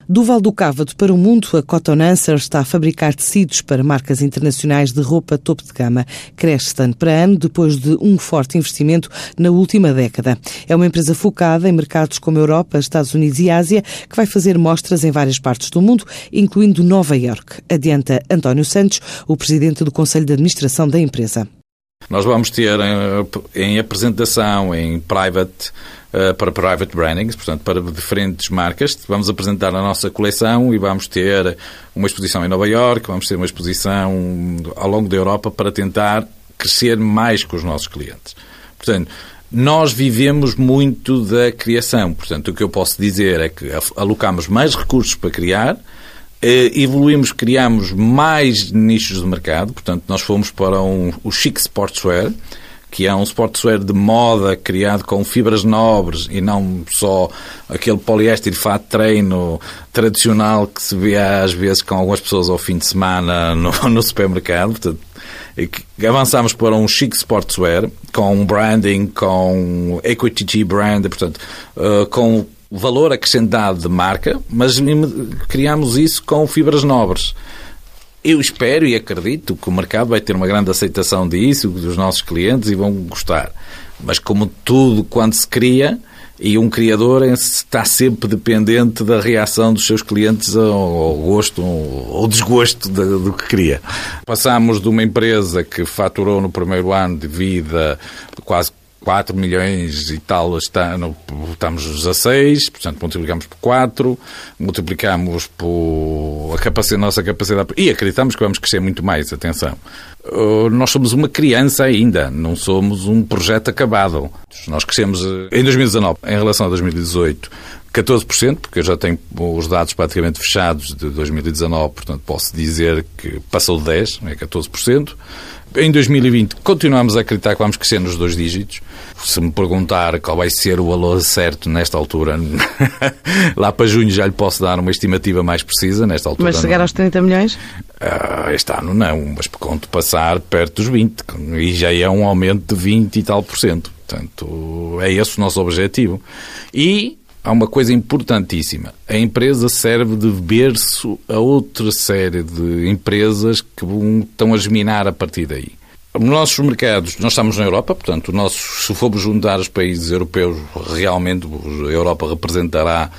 Do Val do Cávado para o mundo, a Cotton Answer está a fabricar tecidos para marcas internacionais de roupa topo de gama. Cresce de ano para ano depois de um forte investimento na última década. É uma empresa focada em mercados como Europa, Estados Unidos e Ásia, que vai fazer mostras em várias partes do mundo, incluindo Nova Iorque. Adianta António Santos, o presidente do Conselho de Administração da empresa. Nós vamos ter em apresentação, para private branding, portanto, para diferentes marcas. Vamos apresentar a nossa coleção e vamos ter uma exposição em Nova Iorque, vamos ter uma exposição ao longo da Europa para tentar crescer mais com os nossos clientes. Portanto, nós vivemos muito da criação. Portanto, o que eu posso dizer é que alocamos mais recursos para criar, evoluímos, criamos mais nichos de mercado. Portanto, nós fomos para o chic sportswear, que é um sportswear de moda criado com fibras nobres e não só aquele poliéster de fato de treino tradicional que se vê às vezes com algumas pessoas ao fim de semana no supermercado. Portanto, avançámos para um chic sportswear com branding, com equity brand, portanto, com valor acrescentado de marca, mas criámos isso com fibras nobres. Eu espero e acredito que o mercado vai ter uma grande aceitação disso, dos nossos clientes, e vão gostar. Mas como tudo quando se cria, e um criador está sempre dependente da reação dos seus clientes ao gosto ou desgosto do que cria. Passámos de uma empresa que faturou no primeiro ano de vida quase 4 milhões e tal, estamos 16, portanto multiplicamos por 4, multiplicamos por a nossa capacidade e acreditamos que vamos crescer muito mais, atenção. Nós somos uma criança ainda, não somos um projeto acabado. Nós crescemos em 2019, em relação a 2018, 14%, porque eu já tenho os dados praticamente fechados de 2019, portanto posso dizer que passou de 10%, é 14%. Em 2020 continuamos a acreditar que vamos crescer nos 2 dígitos. Se me perguntar qual vai ser o valor certo nesta altura, lá para junho já lhe posso dar uma estimativa mais precisa. Nesta altura, mas chegar aos 30 milhões? Este ano não, mas conto passar perto dos 20, e já é um aumento de 20 e tal %. Portanto, é esse o nosso objetivo. E há uma coisa importantíssima. A empresa serve de berço a outra série de empresas que estão a germinar a partir daí. Nos nossos mercados, nós estamos na Europa, portanto, se formos juntar os países europeus, realmente a Europa representará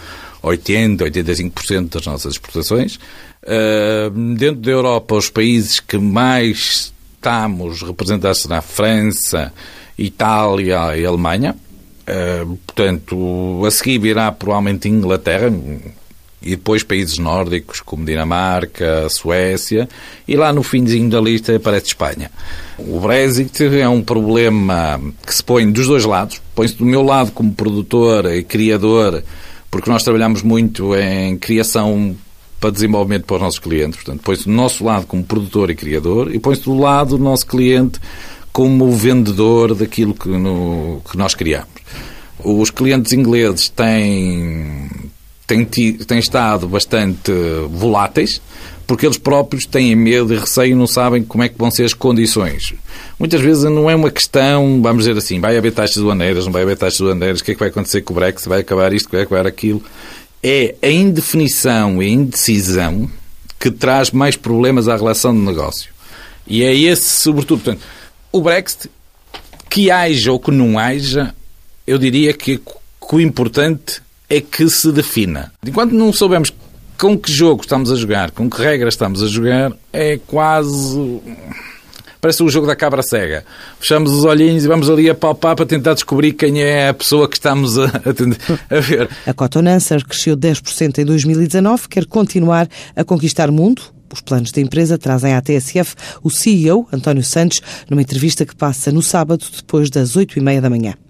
80-85% das nossas exportações. Dentro da Europa, os países que mais estamos representados serão a França, Itália e Alemanha. Portanto, a seguir virá provavelmente Inglaterra e depois países nórdicos como Dinamarca, Suécia, e lá no finzinho da lista aparece Espanha. O Brexit é um problema que se põe dos dois lados. Põe-se do meu lado como produtor e criador, porque nós trabalhamos muito em criação para desenvolvimento para os nossos clientes. Portanto, põe-se do nosso lado como produtor e criador, e põe-se do lado do nosso cliente como vendedor daquilo que nós criamos. Os clientes ingleses têm estado bastante voláteis, porque eles próprios têm medo e receio e não sabem como é que vão ser as condições. Muitas vezes não é uma questão, vamos dizer assim, vai haver taxas aduaneiras, não vai haver taxas aduaneiras, o que é que vai acontecer com o Brexit, vai acabar isto, vai acabar aquilo. É a indefinição e a indecisão que traz mais problemas à relação de negócio. E é esse, sobretudo, portanto, o Brexit, que haja ou que não haja, eu diria que o importante é que se defina. Enquanto não soubermos com que jogo estamos a jogar, com que regras estamos a jogar, é quase... parece o jogo da cabra cega. Fechamos os olhinhos e vamos ali a palpar para tentar descobrir quem é a pessoa que estamos a ver. A Cotton Answer cresceu 10% em 2019, quer continuar a conquistar o mundo. Os planos da empresa trazem à TSF o CEO, António Santos, numa entrevista que passa no sábado, depois das 8h30 da manhã.